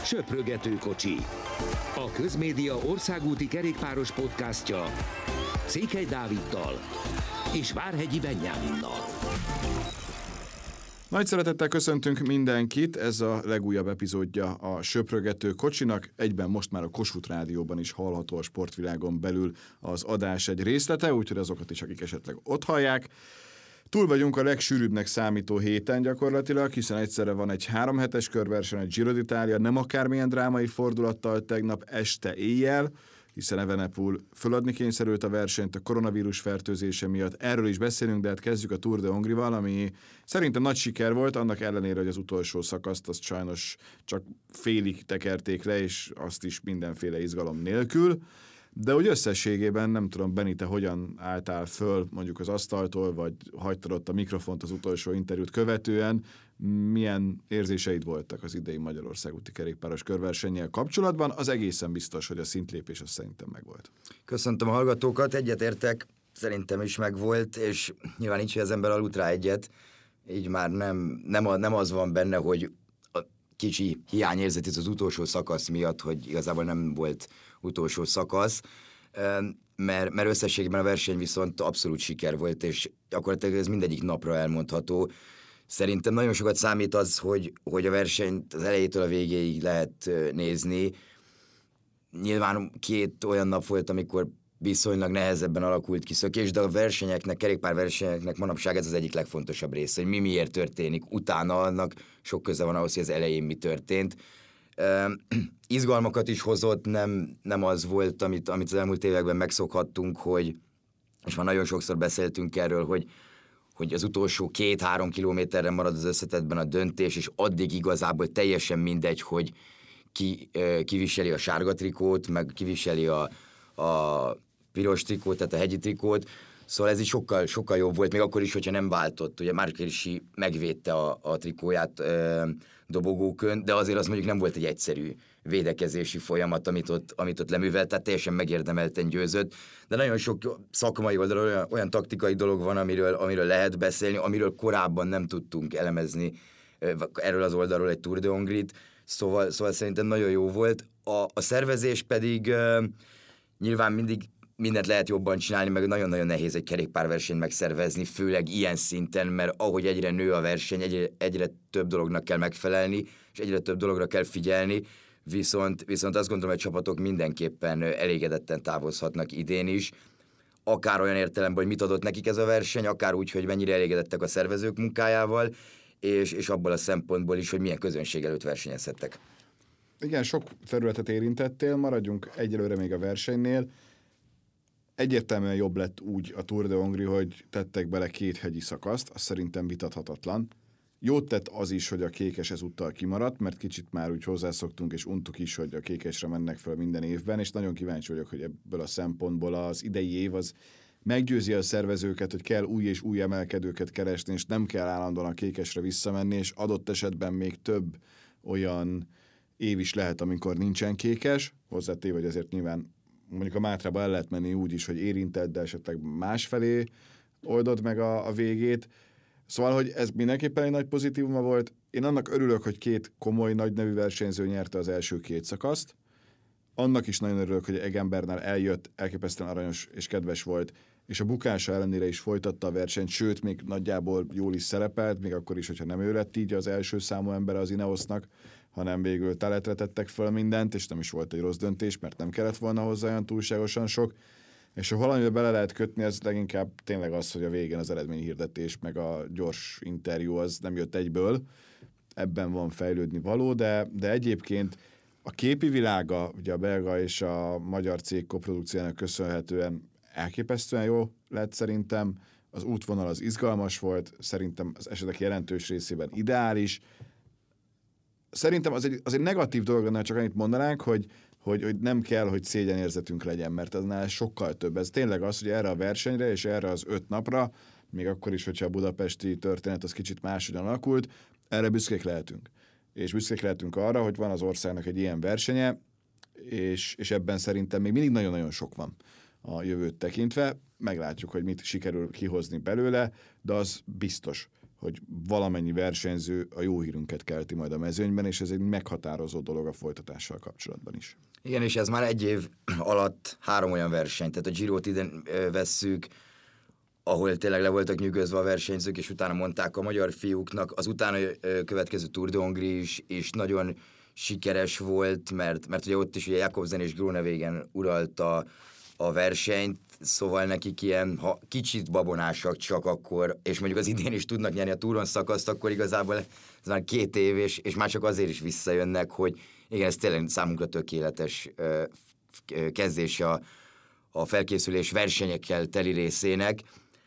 Söprögető kocsi. A Közmédia országúti kerékpáros podcastja Székely Dáviddal és Várhegyi Benyáminnal. Nagy szeretettel köszöntünk mindenkit, ez a legújabb epizódja a Söprögető kocsinak, egyben most már a Kossuth Rádióban is hallható a sportvilágon belül az adás egy részlete, úgyhogy azokat is, akik esetleg ott hallják. Túl vagyunk a legsűrűbbnek számító héten gyakorlatilag, hiszen egyszerre van egy 3 hetes körverseny, egy Giro d'Italia, nem akármilyen drámai fordulattal tegnap este éjjel, hiszen Evenepoel föladni kényszerült a versenyt a koronavírus fertőzése miatt. Erről is beszélünk, de hát kezdjük a Tour de Hongrival, ami szerintem nagy siker volt, annak ellenére, hogy az utolsó szakaszt azt sajnos csak félig tekerték le, és azt is mindenféle izgalom nélkül. De úgy összességében nem tudom, Beni, te hogyan álltál föl mondjuk az asztaltól, vagy hagytad ott a mikrofont az utolsó interjút követően, milyen érzéseid voltak az idei Magyarország úti kerékpáros körversennyel kapcsolatban? Az egészen biztos, hogy a szintlépés az szerintem megvolt. Köszöntöm a hallgatókat, egyetértek, szerintem is megvolt, és nyilván nincs, hogy az ember aludt rá egyet, így már nem az van benne, hogy a kicsi hiányérzet az utolsó szakasz miatt, hogy igazából nem volt utolsó szakasz, mert összességében a verseny viszont abszolút siker volt, és gyakorlatilag ez mindegyik napra elmondható. Szerintem nagyon sokat számít az, hogy a versenyt az elejétől a végéig lehet nézni. Nyilván 2 olyan nap volt, amikor viszonylag nehezebben alakult ki szökés, de a versenyeknek, kerékpárversenyeknek manapság ez az egyik legfontosabb része, hogy mi miért történik. Utána annak sok köze van ahhoz, hogy az elején mi történt. Izgalmakat is hozott, nem az volt, amit az elmúlt években megszokhattunk, hogy, és már nagyon sokszor beszéltünk erről, hogy az utolsó 2-3 kilométerre marad az összetettben a döntés, és addig igazából teljesen mindegy, hogy ki viseli a sárga trikót, meg ki viseli a piros trikót, tehát a hegyi trikót. Szóval ez is sokkal jobb volt, még akkor is, hogyha nem váltott. Ugye Marc Hirschi megvédte a trikóját dobogókön, de azért az mondjuk nem volt egy egyszerű védekezési folyamat, amit ott leművelt, tehát teljesen megérdemelten győzött. De nagyon sok szakmai oldalról olyan taktikai dolog van, amiről lehet beszélni, amiről korábban nem tudtunk elemezni erről az oldalról egy Tour de Hongrit. Szóval szerintem nagyon jó volt. A szervezés pedig nyilván mindig mindent lehet jobban csinálni, meg nagyon-nagyon nehéz egy kerékpárversenyt megszervezni, főleg ilyen szinten, mert ahogy egyre nő a verseny, egyre több dolognak kell megfelelni, és egyre több dologra kell figyelni, viszont azt gondolom, hogy a csapatok mindenképpen elégedetten távozhatnak idén is, akár olyan értelemben, hogy mit adott nekik ez a verseny, akár úgy, hogy mennyire elégedettek a szervezők munkájával, és abból a szempontból is, hogy milyen közönség előtt versenyezhettek. Igen, sok területet érintettél, maradjunk egyelőre még a versenynél. Egyértelműen jobb lett úgy a Tour de Hongri, hogy tettek bele 2 hegyi szakaszt, az szerintem vitathatatlan. Jót tett az is, hogy a kékes ezúttal kimaradt, mert kicsit már úgy hozzászoktunk, és untuk is, hogy a kékesre mennek fel minden évben, és nagyon kíváncsi vagyok, hogy ebből a szempontból az idei év az meggyőzi a szervezőket, hogy kell új és új emelkedőket keresni, és nem kell állandóan a kékesre visszamenni, és adott esetben még több olyan év is lehet, amikor nincsen kékes, hozzátéve, hogy azért nyilván mondjuk a Mátrába el lehet menni úgy is, hogy érintett, de esetleg másfelé oldod meg a végét. Szóval, hogy ez mindenképpen egy nagy pozitívuma volt. Én annak örülök, hogy 2 komoly, nagy nevű versenyző nyerte az első 2 szakaszt. Annak is nagyon örülök, hogy Egenbernál eljött, elképesztően aranyos és kedves volt, és a bukása ellenére is folytatta a versenyt, sőt, még nagyjából jól is szerepelt, még akkor is, hogyha nem ő lett így az első számú ember az Ineosnak, hanem végül teletre tettek föl mindent, és nem is volt egy rossz döntés, mert nem kellett volna hozzá olyan túlságosan sok. És ha valamivel bele lehet kötni, az leginkább tényleg az, hogy a végén az eredményhirdetés, meg a gyors interjú az nem jött egyből. Ebben van fejlődni való, de egyébként a képi világa, ugye a belga és a magyar cég koprodukciójának köszönhetően elképesztően jó lett szerintem. Az útvonal az izgalmas volt, szerintem az esetek jelentős részében ideális. Szerintem az egy negatív dolog lenne, csak annyit mondanánk, hogy nem kell, hogy szégyenérzetünk legyen, mert aznál sokkal több. Ez tényleg az, hogy erre a versenyre és erre az 5 napra, még akkor is, hogyha a budapesti történet az kicsit máshogyan alakult, erre büszkék lehetünk. És büszkék lehetünk arra, hogy van az országnak egy ilyen versenye, és ebben szerintem még mindig nagyon-nagyon sok van a jövőt tekintve. Meglátjuk, hogy mit sikerül kihozni belőle, de az biztos, hogy valamennyi versenyző a jó hírünket kelti majd a mezőnyben, és ez egy meghatározó dolog a folytatással kapcsolatban is. Igen, és ez már egy év alatt 3 olyan verseny, tehát a Girót ide vesszük, ahol tényleg le voltak nyűgözve a versenyzők, és utána mondták a magyar fiúknak, az utána következő Tour de Hongrie is nagyon sikeres volt, mert ugye ott is ugye Jakobsen és Groenewegen uralta a versenyt, szóval nekik ilyen, ha kicsit babonásak csak akkor, és mondjuk az idén is tudnak nyerni a Touron szakaszt, akkor igazából ez már 2 év, és már csak azért is visszajönnek, hogy igen, ez tényleg számunkra tökéletes kezdés a felkészülés versenyekkel teli részének.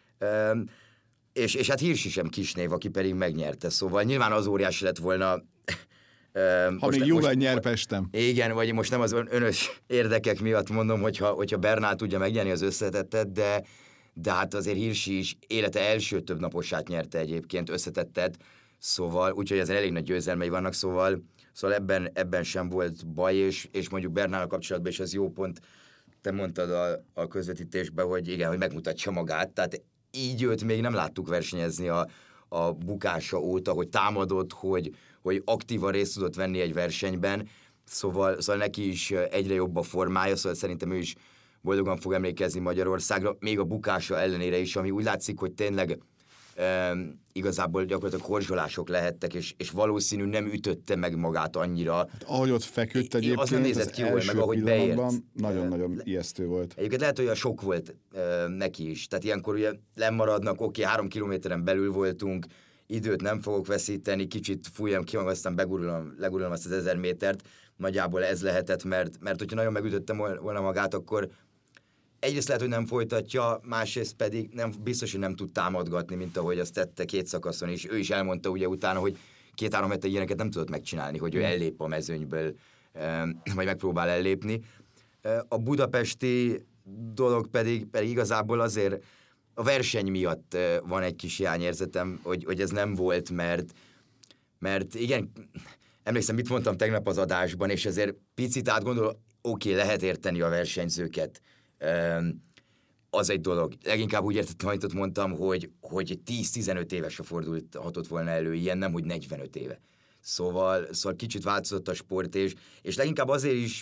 És hát Hirschi sem kis név, aki pedig megnyerte, szóval nyilván az óriási lett volna. Ha még Juve nyer Pestem. Igen, vagy most nem az önös érdekek miatt mondom, hogyha Bernál tudja megnyerni az összetettet, de hát azért Hirschi is élete első több naposát nyerte egyébként összetettet, szóval úgyhogy ezen elég nagy győzelmei vannak, szóval ebben sem volt baj, és mondjuk Bernál kapcsolatban is az jó pont, te mondtad a közvetítésben, hogy igen, hogy megmutatja magát, tehát így őt még nem láttuk versenyezni a bukása óta, hogy támadott, hogy aktívan részt tudott venni egy versenyben, szóval neki is egyre jobb a formája, szóval szerintem ő is boldogan fog emlékezni Magyarországra, még a bukása ellenére is, ami úgy látszik, hogy tényleg igazából gyakorlatilag horzsolások lehettek, és valószínű nem ütötte meg magát annyira. Hát, ahogy ott feküdt egyébként, az nem nézett ki jól, meg ahogy beért. Nagyon-nagyon ijesztő volt. Egyébként lehet, hogy a sok volt neki is. Tehát ilyenkor ugye lemaradnak, oké, 3 kilométeren belül voltunk, időt nem fogok veszíteni, kicsit fújjam ki, aztán legurulom azt az 1000 métert. Nagyjából ez lehetett, mert hogyha nagyon megütöttem volna magát, akkor egyrészt lehet, hogy nem folytatja, másrészt pedig biztos, hogy nem tud támadgatni, mint ahogy azt tette 2 szakaszon is. Ő is elmondta ugye utána, hogy 2-3 hete ilyeneket nem tudott megcsinálni, hogy ő ellép a mezőnyből, vagy megpróbál ellépni. A budapesti dolog pedig igazából azért a verseny miatt van egy kis hiányérzetem, hogy ez nem volt, mert igen, emlékszem, mit mondtam tegnap az adásban, és ezért picit átgondol, oké, lehet érteni a versenyzőket, az egy dolog. Leginkább úgy értettem, amit ott mondtam, hogy 10-15 évesre fordulhatott volna elő ilyen, nem, hogy 45 éve. Szóval kicsit változott a sport, és leginkább azért is,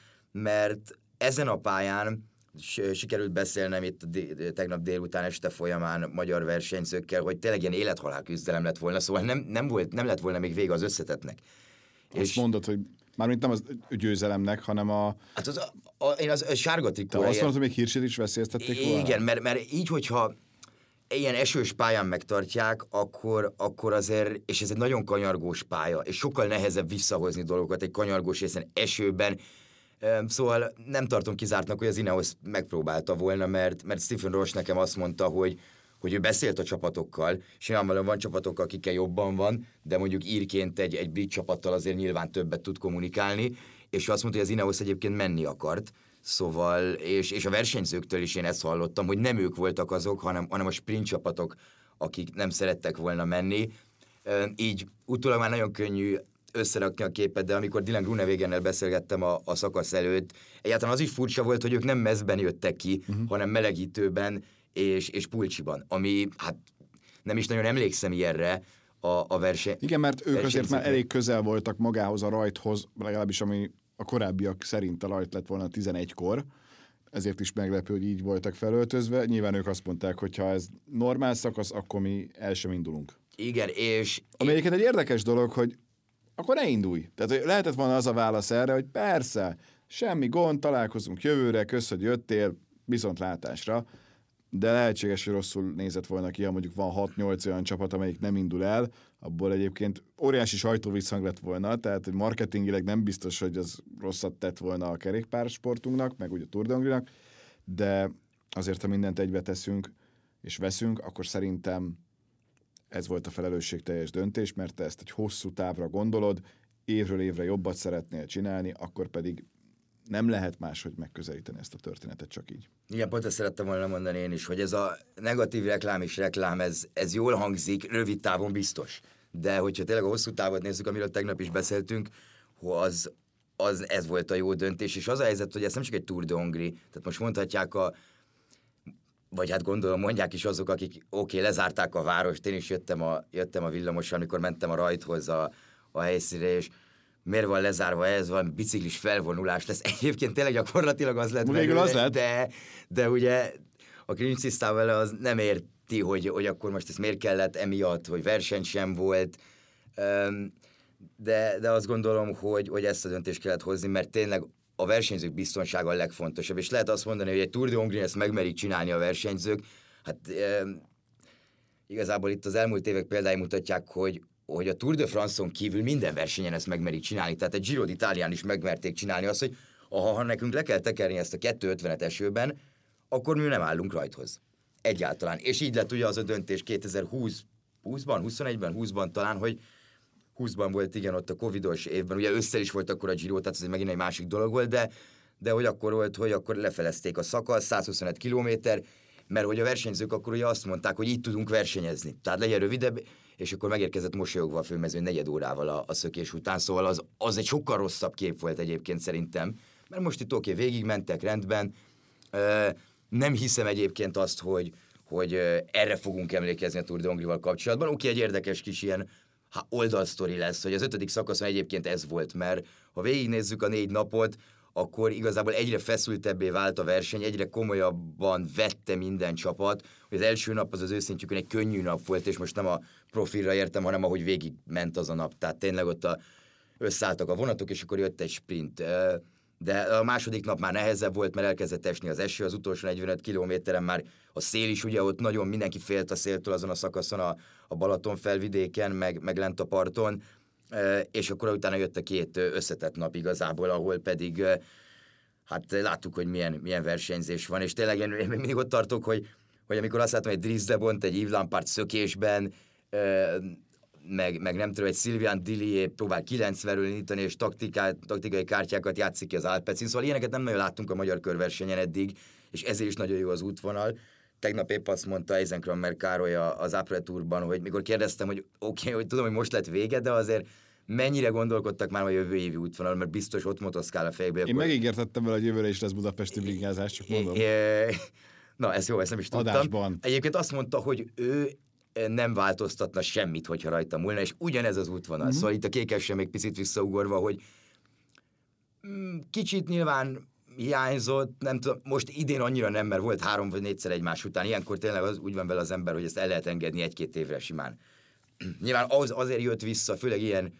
mert ezen a pályán sikerült beszélnem itt tegnap délután este folyamán magyar versenyzőkkel, hogy tényleg ilyen élethalál küzdelem lett volna, szóval nem lett volna még vége az összetetnek. Azt mondod, hogy mármint nem az győzelemnek, hanem Hát én az sárga trikóra... Te azt mondod, hogy még Hirschit is veszélyeztették volna? Igen, mert így, hogyha ilyen esős pályán megtartják, akkor azért, és ez egy nagyon kanyargós pálya, és sokkal nehezebb visszahozni dolgokat egy kanyargós részen esőben, szóval nem tartom kizártnak, hogy az Ineos megpróbálta volna, mert Stephen Roche nekem azt mondta, hogy ő beszélt a csapatokkal, és nyilvánvalóan van csapatokkal, akikkel jobban van, de mondjuk írként egy brit csapattal azért nyilván többet tud kommunikálni, és azt mondta, hogy az Ineos egyébként menni akart, szóval, és a versenyzőktől is én ezt hallottam, hogy nem ők voltak azok, hanem a sprint csapatok, akik nem szerettek volna menni. Így utólag már nagyon könnyű összerakni a képet, de amikor Dylan Groenewegennel beszélgettem a szakasz előtt, egyáltalán az is furcsa volt, hogy ők nem mezben jöttek ki, hanem melegítőben és pulcsiban, ami hát nem is nagyon emlékszem ilyenre a verseny. Igen, mert ők azért már elég közel voltak magához a rajthoz, legalábbis ami a korábbiak szerint a rajt lett volna 11-kor, ezért is meglepő, hogy így voltak felöltözve. Nyilván ők azt mondták, hogy ha ez normál szakasz, akkor mi el sem indulunk. Igen, és... Ami egyébként egy érdekes dolog, hogy akkor ne indulj. Tehát lehetett volna az a válasz erre, hogy persze, semmi gond, találkozunk jövőre, kösz, hogy jöttél, viszontlátásra, de lehetséges, hogy rosszul nézett volna ki, ha mondjuk van 6-8 olyan csapat, amelyik nem indul el, abból egyébként óriási sajtóvisszhang lett volna, tehát hogy marketingileg nem biztos, hogy az rosszat tett volna a kerékpársportunknak, meg ugye a Tour de Hongrie-nak, de azért, ha mindent egybe teszünk és veszünk, akkor szerintem ez volt a felelősségteljes döntés, mert te ezt egy hosszú távra gondolod, évről évre jobbat szeretnél csinálni, akkor pedig nem lehet máshogy megközelíteni ezt a történetet, csak így. Igen, pont ezt szerettem volna mondani én is, hogy ez a negatív reklám és reklám, ez jól hangzik, rövid távon biztos. De hogyha tényleg a hosszú távot nézzük, amiről tegnap is beszéltünk, ez volt a jó döntés, és az a helyzet, hogy ez nem csak egy Tour de Hongrie, tehát most mondhatják vagy hát gondolom mondják is azok, akik lezárták a várost, én is jöttem a villamossal, amikor mentem a rajthoz a helyszínre, és miért van lezárva ez, van biciklis felvonulás lesz. Egyébként tényleg gyakorlatilag az lett belőle, de ugye a klincstisztával az nem érti, hogy akkor most ez miért kellett emiatt, hogy verseny sem volt, de azt gondolom, hogy ezt a döntést kellett hozni, mert tényleg a versenyzők biztonsága a legfontosabb, és lehet azt mondani, hogy egy Tour de Hongrie ezt megmerik csinálni a versenyzők, hát igazából itt az elmúlt évek példái mutatják, hogy a Tour de France-on kívül minden versenyen ezt megmerik csinálni, tehát egy Giro d'Italián is megmerték csinálni azt, hogy ha nekünk le kell tekerni ezt a 250-et esőben, akkor mi nem állunk rajthoz. Egyáltalán. És így lett ugye az a döntés 2020-ban talán, hogy 20-ban volt igen ott a covidos évben, ugye össze is volt akkor a Giro, tehát ez megint egy másik dolog volt, de hogy akkor volt, hogy akkor lefelezték a szakasz, 125 kilométer, mert hogy a versenyzők akkor ugye azt mondták, hogy így tudunk versenyezni. Tehát legyen rövidebb, és akkor megérkezett mosolyogva a főmezőn 4 órával a szökés után, szóval az egy sokkal rosszabb kép volt egyébként szerintem, mert most itt végigmentek rendben. Nem hiszem egyébként azt, hogy erre fogunk emlékezni a Tour de Hongrie-val kapcsolatban. Egy érdekes kis ilyen oldalsztori lesz, hogy az 5. szakaszon egyébként ez volt, mert ha végignézzük a 4 napot, akkor igazából egyre feszültebbé vált a verseny, egyre komolyabban vette minden csapat, hogy az első nap az őszintjükön egy könnyű nap volt, és most nem a profilra értem, hanem ahogy végig ment az a nap. Tehát tényleg ott összeálltak a vonatok, és akkor jött egy sprint. De a második nap már nehezebb volt, mert elkezdett esni az eső, az utolsó 45 kilométeren már a szél is, ugye ott nagyon mindenki félt a széltől azon a szakaszon a Balaton felvidéken, meg lent a parton, és akkor utána jött a 2 összetett nap igazából, ahol pedig hát láttuk, hogy milyen versenyzés van, és tényleg én mindig ott tartok, hogy amikor azt látom, hogy Dries de Bont egy Yves Lampaert szökésben, meg nem tudom, egy Sylvain Dillier próbál 90-ről indítani, és taktikai kártyákat játszik ki az Alpecin, szóval ilyeneket nem nagyon láttunk a magyar körversenyen eddig, és ezért is nagyon jó az útvonal. Tegnap épp azt mondta Eisenkrammer Károly az Après Tourban, hogy mikor kérdeztem, hogy hogy tudom, hogy most lett vége, de azért mennyire gondolkodtak már a jövő évi útvonal, mert biztos ott motoszkál a fejbe. Én megígértettem vele, hogy jövőre is lesz budapesti bringázás, csak mondom. Na, ez jó, ezt nem is tudtam. Adásban. Egyébként azt mondta, hogy ő nem változtatna semmit, hogyha rajta múlna, és ugyanez az útvonal. Szóval itt a Kékesre még picit visszaugorva, hogy kicsit nyilván hiányzott, nem tudom, most idén annyira nem, mert volt 3 vagy 4-szer egymás után. Ilyenkor tényleg úgy van vele az ember, hogy ezt el lehet engedni 1-2 évre simán. Nyilván azért jött vissza, főleg ilyen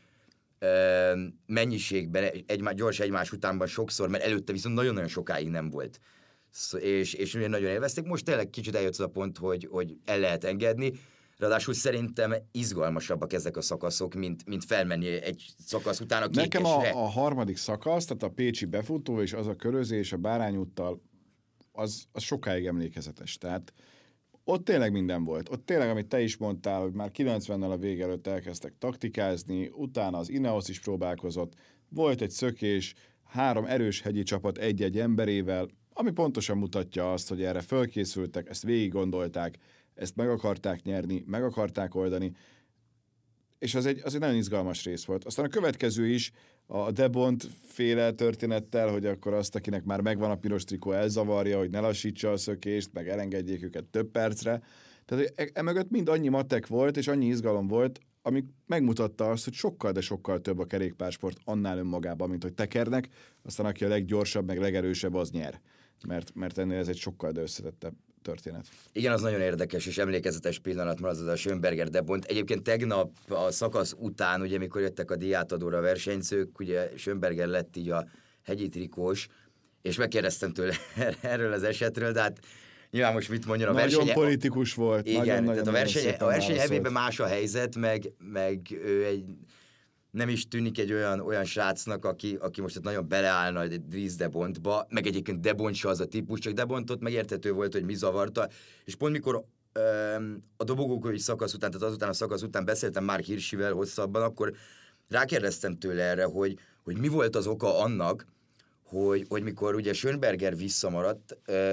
mennyiségben, gyors egymás utánban sokszor, mert előtte viszont nagyon-nagyon sokáig nem volt. És nagyon élvezték. Most tényleg kicsit eljött az a pont, hogy el lehet engedni. Ráadásul szerintem izgalmasabbak ezek a szakaszok, mint felmenni egy szakasz után a Kékesre. Nekem a harmadik szakasz, tehát a pécsi befutó és az a körözés a Bárányúttal, az sokáig emlékezetes. Tehát ott tényleg minden volt. Ott tényleg, amit te is mondtál, hogy már 90-nel a vége előtt elkezdtek taktikázni, utána az Ineos is próbálkozott, volt egy szökés, 3 erős hegyi csapat egy-egy emberével, ami pontosan mutatja azt, hogy erre fölkészültek, ezt végig gondolták, ezt meg akarták nyerni, meg akarták oldani, és az egy nagyon izgalmas rész volt. Aztán a következő is, a De Bont féle történettel, hogy akkor azt, akinek már megvan a piros trikó, elzavarja, hogy ne lassítsa a szökést, meg elengedjék őket több percre. Tehát emögött mind annyi matek volt, és annyi izgalom volt, ami megmutatta azt, hogy sokkal, de sokkal több a kerékpársport annál önmagában, mint hogy tekernek, aztán aki a leggyorsabb, meg legerősebb, az nyer. Mert ennél ez egy sokkal de összetettebb történet. Igen, az nagyon érdekes és emlékezetes pillanat marad az a Schönberger De Bont. Egyébként tegnap a szakasz után, ugye mikor jöttek a díjátadóra a versenyzők, ugye Schönberger lett így a hegyi trikós, és megkérdeztem tőle erről az esetről, de hát nyilván most mit mondjon a verseny. Nagyon politikus volt. Igen, tehát a verseny hevében más a helyzet, meg ő nem is tűnik egy olyan srácnak, aki most ott nagyon beleállna egy Dries De Bontba, meg egyébként De Bont se az a típus, csak De Bontot megérthető volt, hogy mi zavarta, és pont mikor a dobogókövi szakasz után, tehát azután a szakasz után beszéltem Mark Hirschivel hosszabban, akkor rákérdeztem tőle erre, hogy mi volt az oka annak, hogy mikor ugye Schönberger visszamaradt,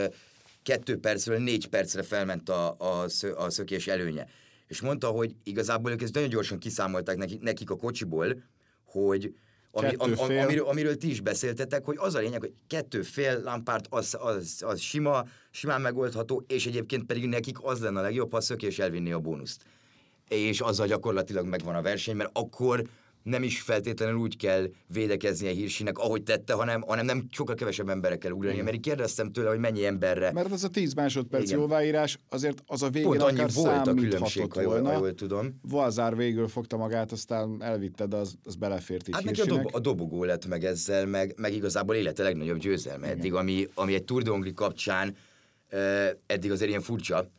2 percről 4 percre felment a szökés előnye. És mondta, hogy igazából ők ezt nagyon gyorsan kiszámolták nekik a kocsiból, hogy amiről ti is beszéltetek, hogy az a lényeg, hogy 2,5 Lampard az simán megoldható, és egyébként pedig nekik az lenne a legjobb, ha Szökés elvinné a bónuszt. És azzal gyakorlatilag megvan a verseny, mert akkor nem is feltétlenül úgy kell védekeznie Hirsinek, ahogy tette, hanem nem sokkal kevesebb emberre kell ugrani. Mert így kérdeztem tőle, hogy mennyi emberre. Mert az a 10 másodperc jóváírás, azért az a végén pont annyi akár volt a különbség, volna. Jól tudom. Valzár végül fogta magát, aztán elvitte, de az belefért így hát Hirsinek. neki a dobogó lett meg ezzel, meg igazából élete legnagyobb győzelme eddig, ami egy Tour de Hongrie kapcsán eddig azért ilyen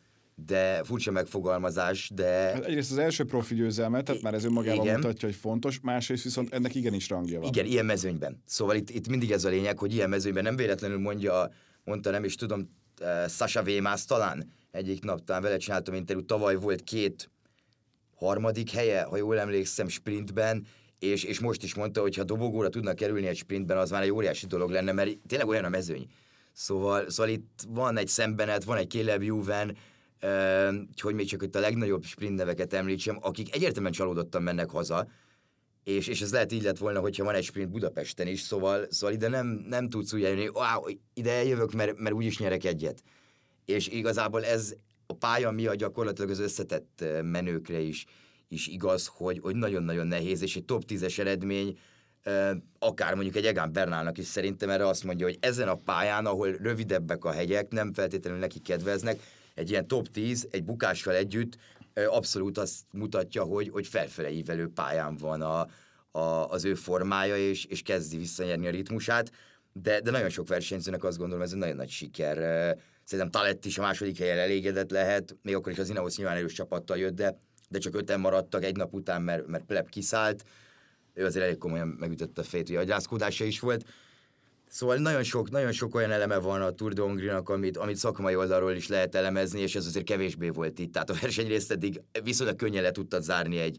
furcsa megfogalmazás, de... Hát egyrészt az első profi győzelme, tehát már ez önmagában mutatja, hogy fontos, másrészt viszont ennek igenis rangja van. Igen, ilyen mezőnyben. Szóval itt mindig ez a lényeg, hogy ilyen mezőnyben nem véletlenül mondta nem is tudom, Sasha Vémász talán egyik nap, talán vele csináltam interjút, tavaly volt 2 harmadik helye, ha jól emlékszem, sprintben, és most is mondta, hogy ha dobogóra tudnak kerülni egy sprintben, az már egy óriási dolog lenne, mert tényleg olyan a mezőny. Szóval itt van egy Szembenet, van egy Caleb Ewan, hogy még csak itt a legnagyobb sprint neveket említsem, akik egyértelműen csalódottan mennek haza, és ez lehet így lett volna, hogyha van egy sprint Budapesten is, szóval ide nem tudsz úgy eljönni, ide eljövök, mert úgyis nyerek egyet. És igazából ez a pálya miatt gyakorlatilag az összetett menőkre is igaz, hogy nagyon-nagyon nehéz, és egy top 10-es eredmény, akár mondjuk egy Egan Bernalnak is szerintem erre azt mondja, hogy ezen a pályán, ahol rövidebbek a hegyek, nem feltétlenül neki kedveznek, egy ilyen top 10, egy bukással együtt abszolút azt mutatja, hogy felfele ívelő pályán van az ő formája, és kezdi visszanyerni a ritmusát, de nagyon sok versenyzőnek azt gondolom, ez egy nagyon nagy siker. Szerintem Talett is a második helyen elégedett lehet, még akkor is az Ineos nyilván erős csapattal jött, de csak 5-en maradtak egy nap után, mert Pleb kiszállt. Ő azért elég komolyan megütötte a fejét, hogy agyrázkódása is volt. Szóval nagyon sok olyan eleme van a Tour de Hongrie-nak, amit szakmai oldalról is lehet elemezni, és ez azért kevésbé volt itt. Tehát a versenyrészt eddig viszonylag könnyen le tudtad zárni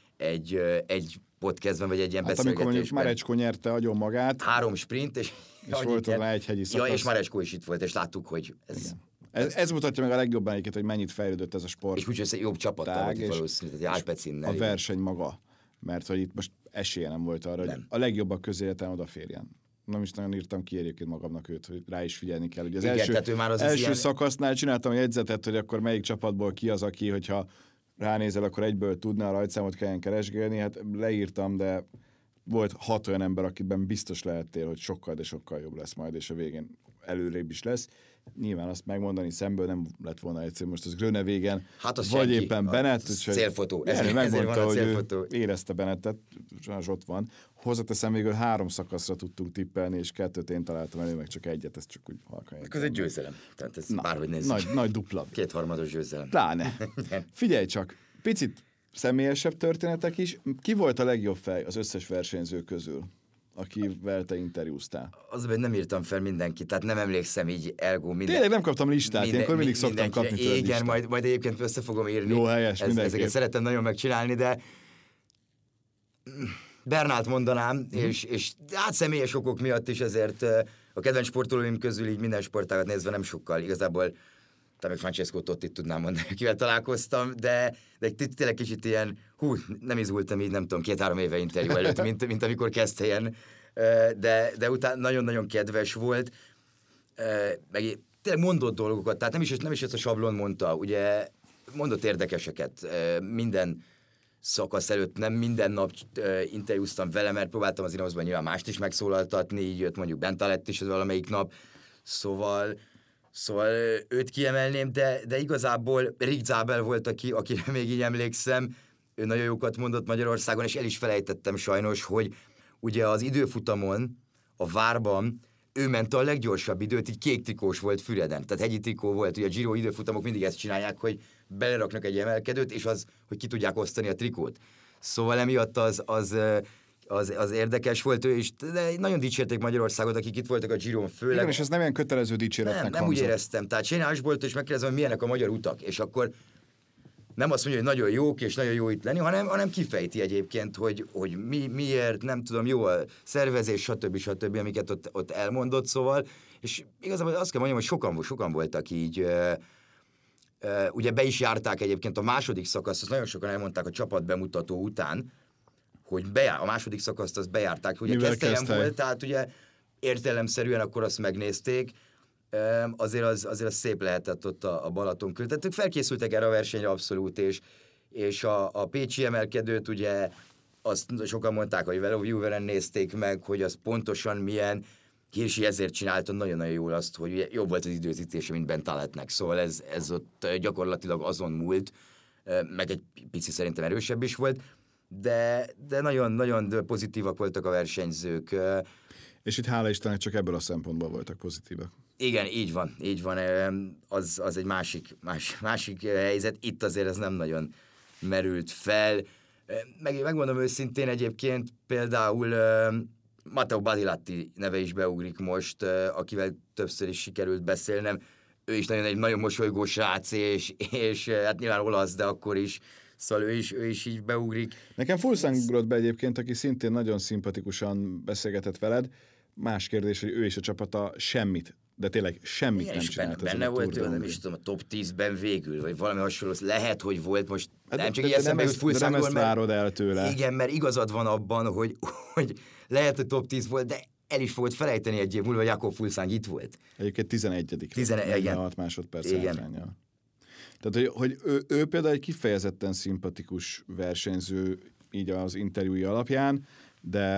egy podcastben, vagy egy ilyen beszélgetésben. Amikor mondjuk Marecsko nyerte agyon magát. 3 sprint, és volt már egy hegyi szakasz. Ja, és Marecsko is itt volt, és láttuk, hogy ez mutatja meg a legjobban egyébként, hogy mennyit fejlődött ez a sport. És úgyhogy jobb csapattal volt valószínűleg, egy Alpecinnel. A verseny maga, mert hogy itt most esélye nem volt arra, hogy a legjobbak közé odaférjen. Nem is nagyon írtam ki egyébként magamnak őt, hogy rá is figyelni kell. Ugye az első szakasznál csináltam a jegyzetet, hogy akkor melyik csapatból ki az, aki, hogyha ránézel, akkor egyből tudna, a rajtszámot kelljen keresgélni. Hát leírtam, de volt 6 olyan ember, akiben biztos lehettél, hogy sokkal, de sokkal jobb lesz majd, és a végén előrébb is lesz. Nyilván azt megmondani szemből nem lett volna egyszerű. Most az Grönevégen, hát az vagy senki. éppen Bennett. Célfotó. Megmondta, hogy ő érezte Bennettet, sajnos ott van. Hozzáteszem, végül 3 szakaszra tudtunk tippelni, és 2-t én találtam elő, meg csak 1-et, ez csak úgy halkan. Ez egy győzelem. Tehát ez bárhogy nézzük. Nagy dupla. 2/3 győzelem. Pláne. Figyelj csak, picit személyesebb történetek is. Ki volt a legjobb fej az összes versenyző közül, akivel te interjúztál? Az, hogy nem írtam fel mindenkit, tehát nem emlékszem így minden. Tényleg nem kaptam listát, ilyenkor mindig szoktam kapni tőle listát. Igen, majd egyébként össze fogom írni. Jó, helyes, ezeket szeretem nagyon megcsinálni, de Bernát mondanám, és hát személyes okok miatt is ezért a kedvenc sportolóim közül így minden sportágat nézve nem sokkal. Igazából talán még Francesco Tottit tudnám mondani, akivel találkoztam, de tényleg kicsit ilyen, nem izgultam így, nem tudom, 2-3 éve interjú előtt, mint amikor kezdte ilyen, de utána nagyon-nagyon kedves volt, meg tényleg mondott dolgokat, tehát nem is ezt a sablon mondta, ugye mondott érdekeseket, minden szakasz előtt nem minden nap interjúztam vele, mert próbáltam az Ineosban nyilván mást is megszólaltatni, így jött mondjuk Bentalett is az valamelyik nap, szóval őt kiemelném, de igazából Rick Zabel volt, akire még így emlékszem, ő nagyon jókat mondott Magyarországon, és el is felejtettem sajnos, hogy ugye az időfutamon, a várban ő ment a leggyorsabb időt, így kék trikós volt Füreden, tehát hegyi trikó volt, ugye a Giro időfutamok mindig ezt csinálják, hogy beleraknak egy emelkedőt, és hogy ki tudják osztani a trikót. Szóval emiatt az érdekes volt ő is, de nagyon dicsérték Magyarországot, akik itt voltak a Giron főleg. Igen, és ez nem ilyen kötelező dicséretnek nem úgy éreztem. Tehát Shane Ashbolt is megkérdezem, hogy milyenek a magyar utak, és akkor nem azt mondja, hogy nagyon jók, és nagyon jó itt lenni, hanem kifejti egyébként, hogy miért, nem tudom, jó a szervezés, stb., amiket ott elmondott, szóval, és igazából azt kell mondjam, hogy sokan voltak így, ugye be is járták egyébként a második szakasz, azt nagyon sokan elmondták a csapatbemutató után, a második szakaszt azt bejárták, ugye Mivel Keszthelyen volt, tehát ugye értelemszerűen akkor azt megnézték, azért az szép lehetett ott a Balaton körül. Tehát ők felkészültek erre a versenyre abszolút, és a pécsi emelkedőt ugye azt sokan mondták, hogy Veloviewer-en nézték meg, hogy az pontosan milyen. Hirschi ezért csinálta nagyon-nagyon jól azt, hogy jobb volt az időzítése, mint Bentaletnek. Szóval ez ott gyakorlatilag azon múlt, meg egy pici szerintem erősebb is volt, de nagyon-nagyon pozitívak voltak a versenyzők. És itt hála Istennek csak ebből a szempontból voltak pozitívak. Igen, így van. Az egy másik helyzet. Itt azért ez nem nagyon merült fel. Megmondom őszintén egyébként, például Matteo Badilatti neve is beugrik most, akivel többször is sikerült beszélnem. Ő is egy nagyon mosolygós srác, és hát nyilván olasz, de akkor is. Szóval ő is így beugrik. Nekem Fulszang ugrott be egyébként, aki szintén nagyon szimpatikusan beszélgetett veled. Más kérdés, hogy ő és a csapata semmit, de tényleg semmit nem csinált. Benne volt ő, nem is tudom, a top 10-ben végül, vagy valami hasonló. Lehet, hogy volt most, hát nem csak így eszembe jut Fulszangról, nem ezt várod el tőle. Igen, mert igazad van abban, hogy lehet, hogy top 10 volt, de el is fogod felejteni egy év múlva, hogy Jakob Fulszang itt volt. Egyébként 11. 6 másodperc hátránnyal. Tehát, hogy ő például egy kifejezetten szimpatikus versenyző így az interjúi alapján, de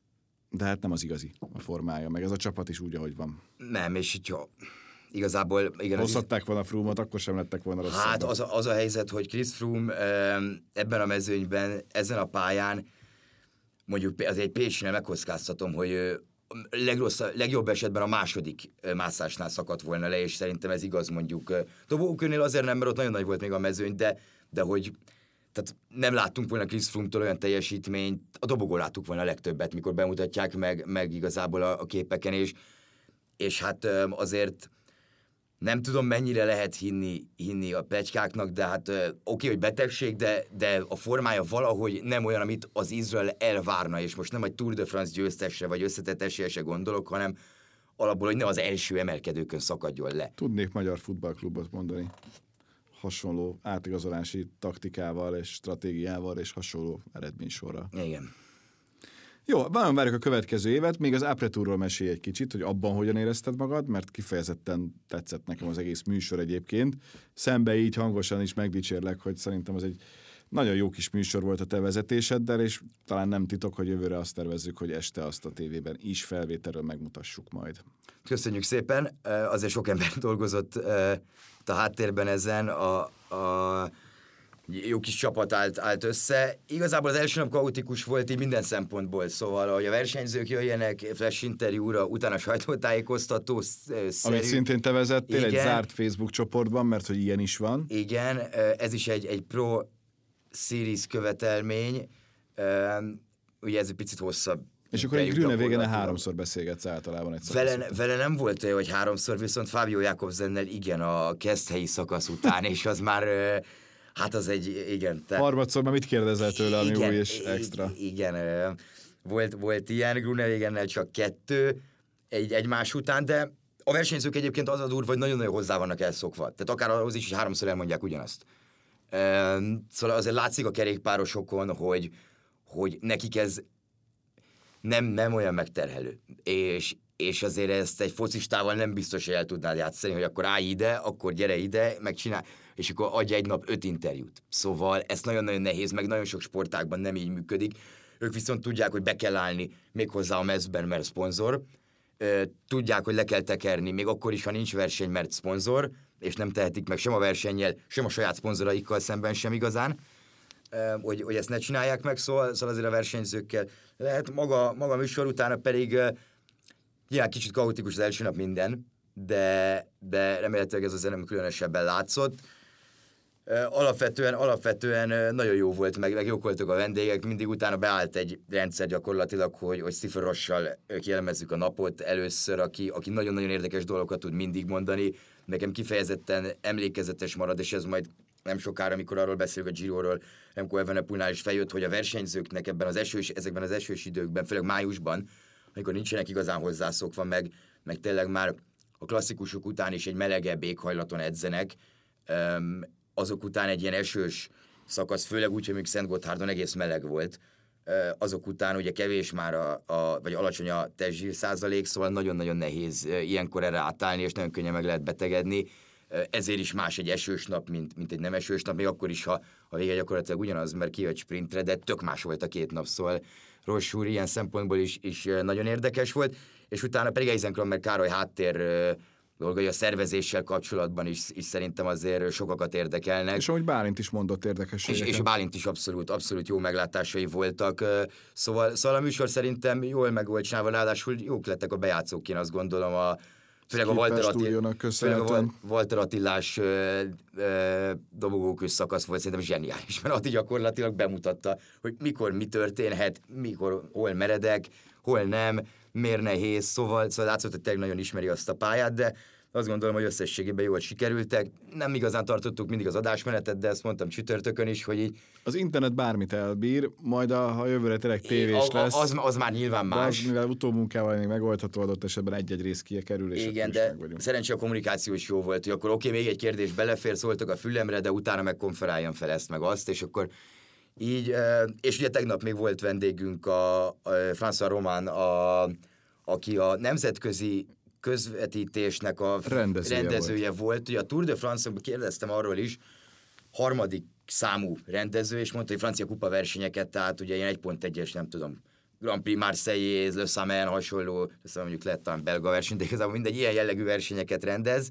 hát nem az igazi a formája, meg ez a csapat is úgy, ahogy van. Nem, és hogyha igazából... Igen, hozhatták volna Froome-ot, akkor sem lettek volna rosszabbak. Hát az a helyzet, hogy Chris Froome ebben a mezőnyben, ezen a pályán, mondjuk az egy Pécsinél megkockáztatom, hogy legjobb esetben a második mászásnál szakadt volna le, és szerintem ez igaz mondjuk. Dobogókőnél azért nem, mert ott nagyon nagy volt még a mezőny, de hogy tehát nem láttunk volna Chris Froome-tól olyan teljesítményt, a dobogón láttuk volna a legtöbbet, mikor bemutatják meg igazából a képeken, és hát azért nem tudom, mennyire lehet hinni a pletykáknak, de hát oké, hogy betegség, de a formája valahogy nem olyan, amit az Izrael elvárna, és most nem egy Tour de France győztesre vagy összetett esélyesre gondolok, hanem alapból, hogy ne az első emelkedőkön szakadjon le. Tudnék magyar futballklubot mondani. Hasonló átigazolási taktikával és stratégiával és hasonló eredménysorral. Igen. Jó, nagyon várjuk a következő évet, még az Après Tourról mesélj egy kicsit, hogy abban hogyan érezted magad, mert kifejezetten tetszett nekem az egész műsor egyébként. Szembe így hangosan is megdicsérlek, hogy szerintem az egy nagyon jó kis műsor volt a te vezetéseddel, és talán nem titok, hogy jövőre azt tervezzük, hogy este azt a tévében is felvételről megmutassuk majd. Köszönjük szépen, azért sok ember dolgozott a háttérben ezen, a jó kis csapat állt össze. Igazából az első nap kaotikus volt így minden szempontból, szóval, hogy a versenyzők jöjjenek flash interjúra, utána sajtótájékoztató Amit szintén te vezettél egy zárt Facebook csoportban, mert hogy ilyen is van. Igen, ez is egy Pro Series követelmény, ugye ez egy picit hosszabb. És akkor egy Grünewegene 3-szor beszélgetsz általában egy szakasz vele nem volt olyan, hogy 3-szor, viszont Fábio Jakobsennel igen, a keszthelyi szakasz után, és az már... Hát az egy, igen. Harmadszor már mit kérdezel tőle, ami új és extra? Igen, volt ilyen, Grünewegennel csak 2 egymás után, de a versenyzők egyébként az a durva, hogy nagyon-nagyon hozzá vannak elszokva. Tehát akár ahhoz is, hogy 3-szor elmondják ugyanazt. Szóval azért látszik a kerékpárosokon, hogy nekik ez nem olyan megterhelő. És azért ezt egy focistával nem biztos, hogy el tudnád játszani, hogy akkor állj ide, akkor gyere ide, megcsinálj, és akkor adj egy nap 5 interjút. Szóval ez nagyon-nagyon nehéz, meg nagyon sok sportágban nem így működik. Ők viszont tudják, hogy be kell állni méghozzá a mezben, mert szponzor. Tudják, hogy le kell tekerni, még akkor is, ha nincs verseny, mert szponzor, és nem tehetik meg sem a versennyel, sem a saját szponzoraikkal szemben sem igazán, hogy ezt ne csinálják meg, szóval azért a versenyzőkkel lehet. Maga a műsor utána pedig nyilván kicsit kaotikus az első nap minden, de remélhetőleg ez azért nem különösebben látszott. Alapvetően nagyon jó volt, meg jók voltak a vendégek, mindig utána beállt egy rendszer gyakorlatilag, hogy Szifr Rossal kielemezzük a napot először, aki nagyon-nagyon érdekes dolgokat tud mindig mondani. Nekem kifejezetten emlékezetes marad, és ez majd nem sokára, amikor arról beszélünk a Giroról, Remco Evenepoelnál is feljött, hogy a versenyzőknek ezekben az esős időkben, főleg májusban, amikor nincsenek igazán hozzászokva, meg tényleg már a klasszikusok után is egy melegebb éghajlaton edzenek, azok után egy ilyen esős szakasz, főleg úgy, hogy még Szentgotthárdon egész meleg volt, azok után ugye kevés már vagy alacsony a testzsír százalék, szóval nagyon-nagyon nehéz ilyenkor erre átállni, és nagyon könnyen meg lehet betegedni. Ezért is más egy esős nap, mint egy nem esős nap, még akkor is, ha a vége gyakorlatilag ugyanaz, mert kijött sprintre, de tök más volt a 2 nap, szóval Ross úr ilyen szempontból is nagyon érdekes volt, és utána pedig Eisenkron Károly háttér dolgai a szervezéssel kapcsolatban is szerintem azért sokakat érdekelnek. És ahogy Bálint is mondott érdekességeket. És Bálint is abszolút jó meglátásai voltak. Szóval a műsor szerintem jól meg volt csinálva, ráadásul jók lettek a bejátszók, én azt gondolom, főleg a Walter Attilás dobogókős szakasz volt szerintem zseniális, mert Atti gyakorlatilag bemutatta, hogy mikor mi történhet, hol meredek, hol nem, miért nehéz, szóval látszott, hogy tényleg nagyon ismeri azt a pályát, de azt gondolom, hogy összességében jól sikerültek. Nem igazán tartottuk mindig az adásmenetet, de ezt mondtam csütörtökön is, hogy így... Az internet bármit elbír, majd ha jövőre tényleg tévés lesz... Az már nyilván más. Mivel utómunkával még megoldható adott esetben egy-egy rész kikerül, és igen, de szerencsé a kommunikáció is jó volt, hogy akkor oké, még egy kérdés belefér, szóltak a fülemre, de utána meg konferáljon fel ezt meg azt, és akkor így... És ugye tegnap még volt vendégünk a François Román, aki a nemzetközi közvetítésnek a rendezője volt. Ugye a Tour de France-ban kérdeztem arról is, 3. számú rendező, és mondta, hogy francia kupa versenyeket, tehát ugye ilyen 1.1-es, nem tudom, Grand Prix Marseille, Le Samen hasonló, aztán mondjuk lett talán belga verseny, de igazából mindegy ilyen jellegű versenyeket rendez,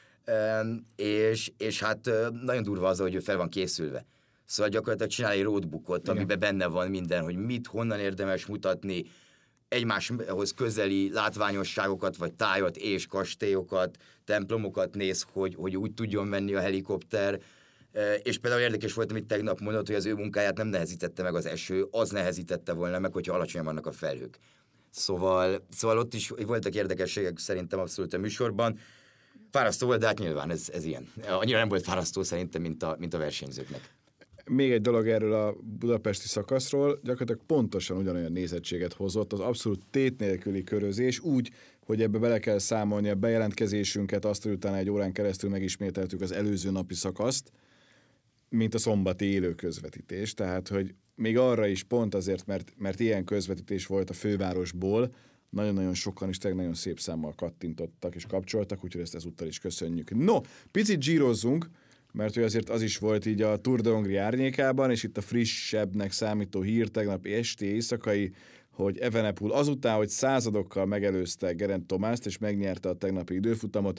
és hát nagyon durva az, hogy ő fel van készülve. Szóval gyakorlatilag csinál egy roadbookot, amiben benne van minden, hogy mit, honnan érdemes mutatni, egymáshoz közeli látványosságokat, vagy tájat és kastélyokat, templomokat néz, hogy úgy tudjon menni a helikopter. És például érdekes volt, amit tegnap mondott, hogy az ő munkáját nem nehezítette meg az eső, az nehezítette volna meg, hogyha alacsonyan vannak a felhők. Szóval ott is voltak érdekességek szerintem abszolút a műsorban. Fárasztó volt, de hát nyilván ez ilyen. Annyira nem volt fárasztó szerintem, mint a versenyzőknek. Még egy dolog erről a budapesti szakaszról, gyakorlatilag pontosan ugyanolyan nézettséget hozott, az abszolút tét nélküli körözés, úgy, hogy ebbe bele kell számolni a bejelentkezésünket, azt, hogy utána egy órán keresztül megismételtük az előző napi szakaszt, mint a szombati élő közvetítés. Tehát, hogy még arra is pont azért, mert ilyen közvetítés volt a fővárosból, nagyon-nagyon sokan is tényleg nagyon szép számmal kattintottak és kapcsoltak, úgyhogy ezt ezúttal is köszönjük. No, picit zsírozzunk, mert hogy azért az is volt így a Tour de Hongrie árnyékában, és itt a frissebbnek számító hír tegnapi esti éjszakai, hogy Evenepoel azután, hogy századokkal megelőzte Geraint Thomast, és megnyerte a tegnapi időfutamot,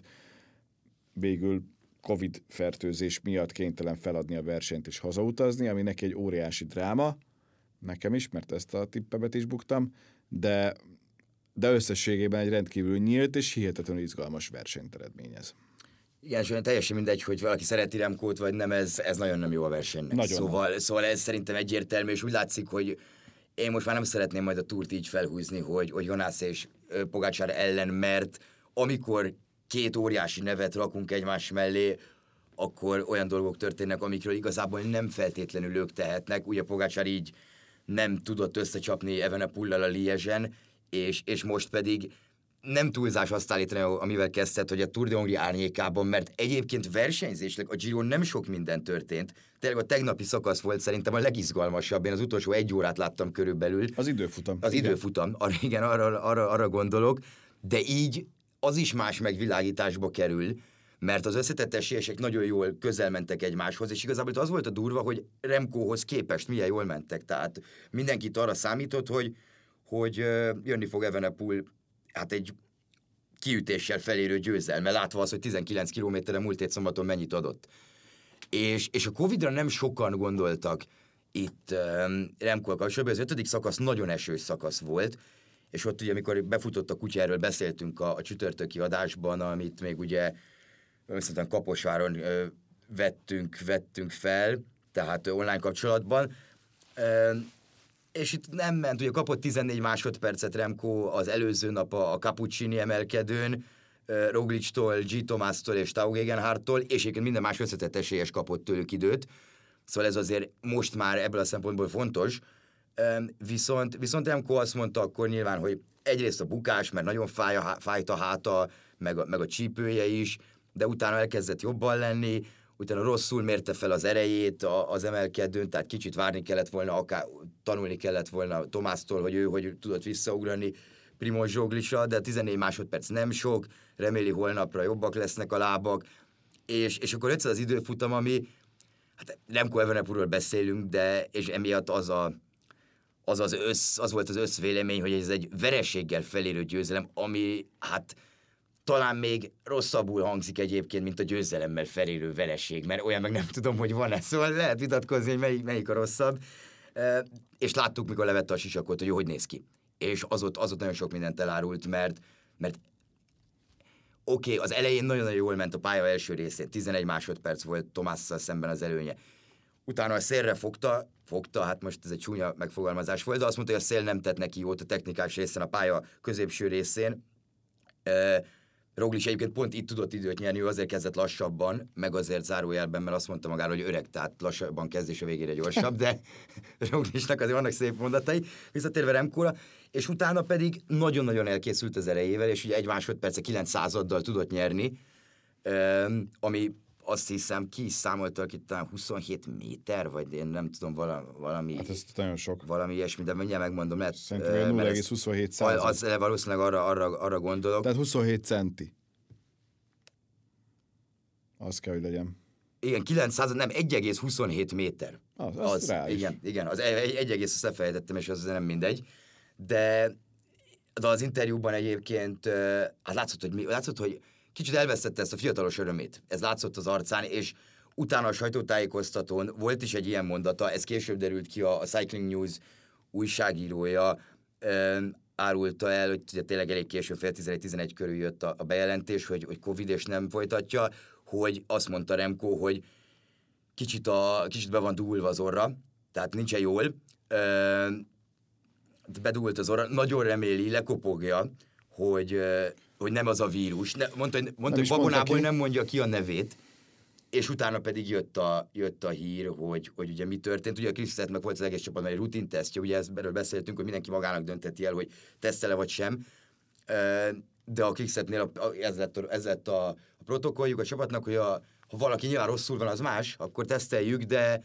végül Covid-fertőzés miatt kénytelen feladni a versenyt és hazautazni, ami neki egy óriási dráma, nekem is, mert ezt a tippemet is buktam, de összességében egy rendkívül nyílt és hihetetlenül izgalmas versenyt eredményez. Igen, és olyan teljesen mindegy, hogy valaki szereti Remkót, vagy nem, ez nagyon nem jó a versenynek. Szóval ez szerintem egyértelmű, és úgy látszik, hogy én most már nem szeretném majd a túrt így felhúzni, hogy Jonas és Pogačar ellen, mert amikor 2 óriási nevet rakunk egymás mellé, akkor olyan dolgok történnek, amikről igazából nem feltétlenül ők tehetnek. Ugye Pogačar így nem tudott összecsapni Evenepoellel a Liège-en, és most pedig nem túlzás azt állítani, amivel kezdett, hogy a Tour de Hongrie árnyékában, mert egyébként versenyzésleg a Giron nem sok minden történt. Tényleg a tegnapi szakasz volt szerintem a legizgalmasabb. Én az utolsó 1 órát láttam körülbelül. Az időfutam. Igen, arra gondolok. De így az is más megvilágításba kerül, mert az összetett esélyesek nagyon jól közel mentek egymáshoz, és igazából az volt a durva, hogy Remkóhoz képest milyen jól mentek. Tehát mindenkit arra számított, hogy jönni fog Evenepoel hát egy kiütéssel felérő győzelme, látva az, hogy 19 kilométerre múlt hét szombaton mennyit adott. És a Covid-ra nem sokan gondoltak itt Remkóval kapcsolatban, az 5. szakasz nagyon esős szakasz volt, és ott ugye, amikor befutott a kutya, erről beszéltünk a csütörtöki adásban, amit még ugye szerintem Kaposváron vettünk fel, tehát online kapcsolatban, és itt nem ment, ugye kapott 14 másodpercet Remco az előző nap a Cappuccini emelkedőn, Roglictól, G. Thomastól és Tao Gegenhardtól, és egyébként minden más összetett esélyes kapott tőlük időt, szóval ez azért most már ebből a szempontból fontos, viszont Remco azt mondta akkor nyilván, hogy egyrészt a bukás, mert nagyon fájt a háta, meg a csípője is, de utána elkezdett jobban lenni, utána rosszul mérte fel az erejét az emelkedőn, tehát kicsit várni kellett volna, akár tanulni kellett volna Tomásztól, hogy ő hogy tudott visszaugrani Primoz Roglicra, de 14 másodperc nem sok, reméli holnapra jobbak lesznek a lábak, és akkor egyszer az időfutam, ami, hát Remco Evenepoelről beszélünk, de és emiatt az volt az összvélemény, hogy ez egy vereséggel felérő győzelem, ami hát talán még rosszabbul hangzik egyébként, mint a győzelemmel felérő vereség, mert olyan meg nem tudom, hogy van-e, szóval lehet vitatkozni, hogy melyik a rosszabb. És láttuk, mikor levette a sisakot, hogy hogy néz ki. És az ott nagyon sok mindent elárult, mert oké, az elején nagyon-nagyon jól ment a pálya első részén, 11 másodperc volt Tomásszal szemben az előnye. Utána a szélre fogta, hát most ez egy csúnya megfogalmazás volt, de azt mondta, hogy a szél nem tett neki jót a technikás részén, a pálya középső részén. Roglic egyébként pont itt tudott időt nyerni, ő azért kezdett lassabban, meg azért zárójelben, mert azt mondta magáról, hogy öreg, tehát lassabban kezd és a végére gyorsabb, de Roglicnak azért vannak szép mondatai, visszatérve Remcóra, és utána pedig nagyon-nagyon elkészült az erejével, és ugye 1 másodperce 900-addal tudott nyerni, ami azt hiszem, ki is számoltak itt talán 27 méter, vagy én nem tudom, valami... Hát ez nagyon sok. Valami ilyesmi, de mindjárt megmondom, lehet... Szerintem 0,27 az valószínűleg arra gondolok. Tehát 27 centi. Az kell, hogy legyen. Igen, 900, nem, 1,27 méter. Az rá is. Igen, az 1,, azt elfelejtettem, és az nem mindegy. De az interjúban egyébként hát látszott, hogy kicsit elvesztette ezt a fiatalos örömét. Ez látszott az arcán, és utána a sajtótájékoztatón volt is egy ilyen mondata, ez később derült ki, a Cycling News újságírója árulta el, hogy ugye tényleg elég későn, fél 11 körül jött a bejelentés, hogy Covid és nem folytatja, hogy azt mondta Remco, hogy kicsit be van dúlva az orra, tehát nincsen jól, bedúlt az orra, nagyon reméli, lekopogja, hogy nem az a vírus. Mondta, hogy babonából nem mondja ki a nevét, és utána pedig jött a hír, hogy ugye mi történt. Ugye a Quickstepnek volt az egész csapatban egy rutintesztje, ugye erről beszéltünk, hogy mindenki magának dönteti el, hogy tesztele vagy sem, de a Quickstepnél ez lett a protokolljuk a csapatnak, hogy ha valaki nyilván rosszul van, az más, akkor teszteljük,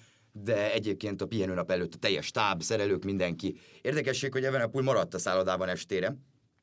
de egyébként a pihenőnap előtt a teljes stáb, szerelők, mindenki. Érdekesség, hogy Evenepoel maradt a szállodában estére,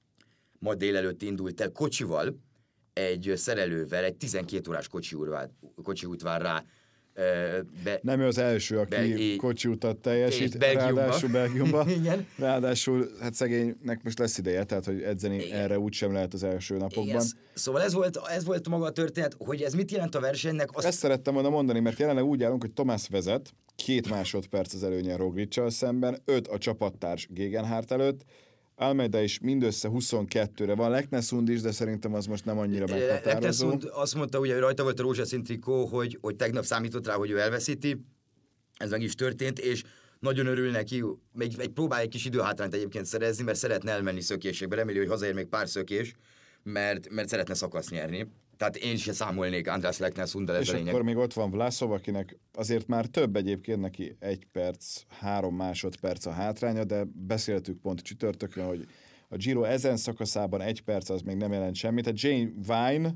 ma délelőtt indult el kocsival, egy szerelővel, egy 12 órás kocsi út vár rá. Nem ő az első, aki kocsi utat teljesít, ráadásul Belgiumban. Ráadásul, hát szegénynek most lesz ideje, tehát hogy edzeni erre úgysem lehet az első napokban. Igen. Szóval ez volt maga a történet, hogy ez mit jelent a versenynek. Ezt szerettem volna mondani, mert jelenleg úgy állunk, hogy Thomas vezet, 2 másodperc az előnye Roglic-sal szemben, 5 a csapattárs Gegenhardt előtt, Almeida is mindössze 22-re van, Leknesund is, de szerintem az most nem annyira meghatározó. Leknesund azt mondta, ugye, hogy rajta volt a rózsaszín trikó, hogy tegnap számított rá, hogy ő elveszíti, ez meg is történt, és nagyon örül neki, még próbál egy kis időhátrányt egyébként szerezni, mert szeretne elmenni szökésekbe, reméli, hogy hazaér még pár szökés, mert szeretne szakasz nyerni. Tehát én sem számolnék András Leknesunddal, ez és a lényeg. akkor még ott van Vlasov, akinek azért már több egyébként, neki 1 perc, 3 másodperc a hátránya, de beszéltük pont csütörtökön, hogy a Giro ezen szakaszában 1 perc az még nem jelent semmit. Tehát Jane Vine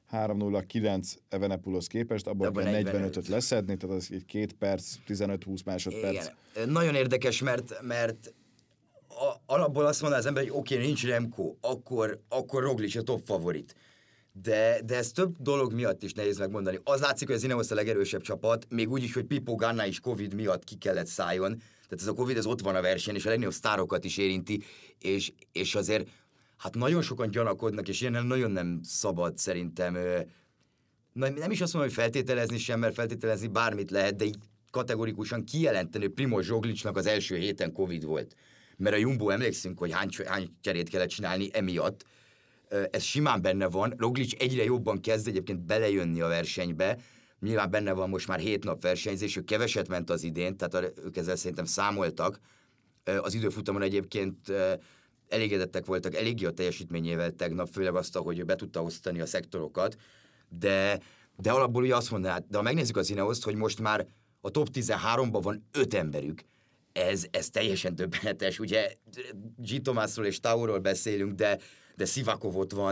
3:09 Evenepoelhoz képest, abból kell 45-öt leszedni, tehát az egy 2 perc, 15-20 másodperc. Igen. Nagyon érdekes, mert alapból azt mondaná az ember, hogy oké, nincs Remco, akkor Roglic a top favorit. De ez több dolog miatt is nehéz megmondani. Az látszik, hogy az Ineos a legerősebb csapat, még úgy is, hogy Pippo Ganna is Covid miatt ki kellett szálljon. Tehát ez a Covid, ez ott van a verseny, és a legnagyobb sztárokat is érinti, és azért hát nagyon sokan gyanakodnak, és ilyen nagyon nem szabad szerintem. Nem is azt mondom, hogy feltételezni sem, mert feltételezni bármit lehet, de így kategorikusan kijelenteni, hogy Primoz Roglicnak az első héten Covid volt. Mert a Jumbo, emlékszünk, hogy hány cserét kellett csinálni emiatt. Ez simán benne van. Roglic egyre jobban kezd egyébként belejönni a versenybe. Nyilván benne van most már 7 nap versenyzés, ő keveset ment az idén, tehát ők ezzel szerintem számoltak. Az időfutamon egyébként elégedettek voltak eléggé a teljesítményével tegnap, főleg azt, hogy be tudta osztani a szektorokat, de alapból ugye azt mondaná, de ha megnézzük az Ineoszt, hogy most már a top 13-ban van 5 emberük, ez teljesen döbbenetes. Ugye G. Thomasról és Tauról beszélünk, de Sivakov ott van,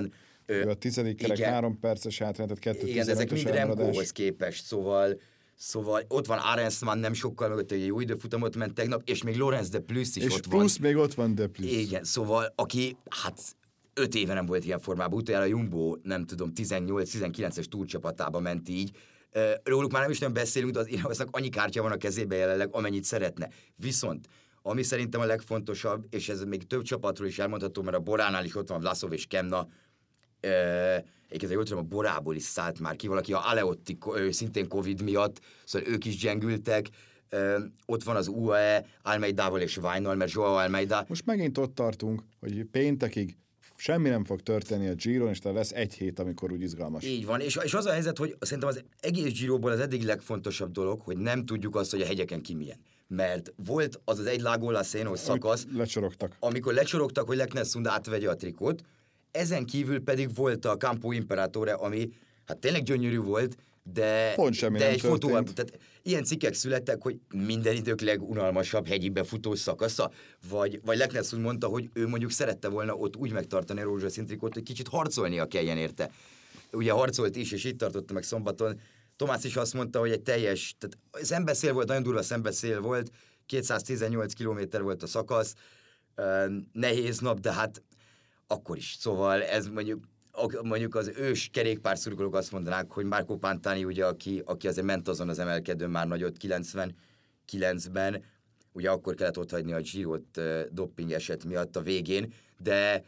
A 10. kerek 3 perces hátrány, tehát 2:15-ös igen, ezek mind elmaradás. Remkóhoz képest, szóval ott van Arensman nem sokkal mögött, egy jó időfutamot ment tegnap, és még Lorenz de Plus is és ott plusz van. még ott van de Plus. Igen, szóval aki, 5 éve nem volt ilyen formában, utoljára a Jumbo, nem tudom, 18-19-es túrcsapatában ment így. Róluk már nem is nem beszélünk, de az Ineosnak annyi kártya van a kezében jelenleg, amennyit szeretne. Viszont, ami szerintem a legfontosabb, és ez még több csapatról is elmondható, mert a Boránál is ott van Vlasov és Kemna, egyébként jól tudom, a Borából is szállt már ki valaki, a Aleotti szintén Covid miatt, szóval ők is gyengültek, ott van az UAE Almeidával és Vájnal, mert Joao Almeida... Most megint ott tartunk, hogy péntekig semmi nem fog történni a Giron, és lesz egy hét, amikor úgy izgalmas. Így van, és az a helyzet, hogy szerintem az egész Giroból az eddig legfontosabb dolog, hogy nem tudjuk azt, hogy a hegyeken ki milyen. Mert volt az egy Lagola Szénos szakasz, lecsorogtak. Amikor lecsorogtak, hogy Leknessund átvegye a trikót, ezen kívül pedig volt a Campo Imperatore, ami hát tényleg gyönyörű volt, de egy fotóalbum. Tehát ilyen cikkek születtek, hogy minden idők legunalmasabb hegyi befutó szakasza. Vagy Leknessund mondta, hogy ő mondjuk szerette volna ott úgy megtartani a rózsaszín trikót, hogy kicsit harcolnia kelljen érte. Ugye harcolt is, és itt tartotta meg szombaton. Tomás is azt mondta, hogy egy teljes, tehát szembeszél volt, nagyon durva szembeszél volt, 218 kilométer volt a szakasz, nehéz nap, de hát akkor is. Szóval ez mondjuk az ős kerékpárszurkolók azt mondanák, hogy Marco Pantani, ugye, aki azért ment azon az emelkedőn már nagyot 99-ben, ugye akkor kellett ott hagyni a Girot doping eset miatt a végén, de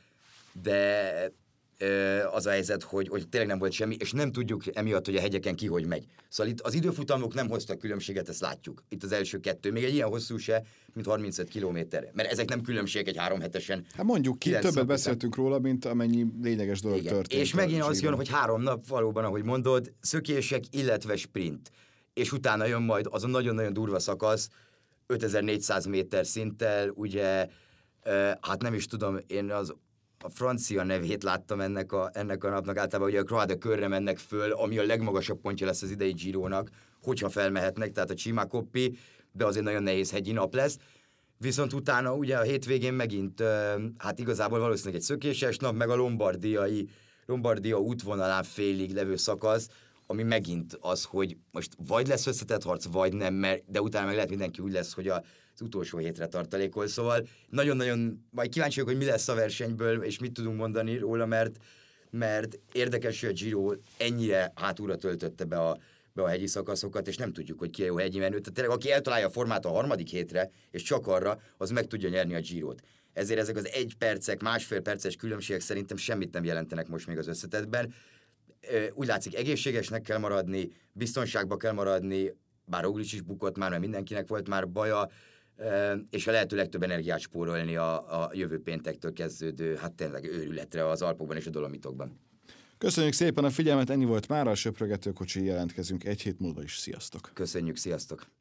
az a helyzet, hogy tényleg nem volt semmi, és nem tudjuk emiatt, hogy a hegyeken ki hogy megy. Szóval itt az időfutamok nem hoztak különbséget, ezt látjuk. Itt az első 2, még egy ilyen hosszú se, mint 35 kilométer. Mert ezek nem különbségek egy 3 hetesen. Hát mondjuk ki, többet beszéltünk róla, mint amennyi lényeges dolog történt. És megint az jön, hogy 3 nap valóban, ahogy mondod, szökések, illetve sprint. És utána jön majd az a nagyon-nagyon durva szakasz, 5400 méter szinttel, ugye, hát nem is tudom, én a francia nevét láttam ennek a napnak, általában ugye a Croix de körre mennek föl, ami a legmagasabb pontja lesz az idei Girónak, hogyha felmehetnek, tehát a Cima Coppi, de azért nagyon nehéz hegyi nap lesz. Viszont utána ugye a hétvégén megint, hát igazából valószínűleg egy szökéses nap, meg a Lombardia útvonalán félig levő szakasz, ami megint az, hogy most vagy lesz összetett harc, vagy nem, de utána meg lehet mindenki úgy lesz, hogy az utolsó hétre tartalékol, szóval nagyon-nagyon majd kíváncsi vagyok, hogy mi lesz a versenyből, és mit tudunk mondani róla, mert érdekes, hogy a Giro ennyire hátulra töltötte be a hegyi szakaszokat, és nem tudjuk, hogy ki a jó hegyi menő. Tehát tényleg, aki eltalálja a formát a 3. hétre, és csak arra, az meg tudja nyerni a Girot. Ezért ezek az 1 percek, 1,5 perces különbségek szerintem semmit nem jelentenek most még az összetettben. Úgy látszik, egészségesnek kell maradni, biztonságba kell maradni, bár Roglic is bukott már, mert mindenkinek volt már baja, és a lehető legtöbb energiát spórolni a jövő péntektől kezdődő, hát tényleg őrületre az Alpokban és a Dolomitokban. Köszönjük szépen a figyelmet, ennyi volt már, a Söprögető Kocsi jelentkezünk egy hét múlva is. Sziasztok! Köszönjük, sziasztok!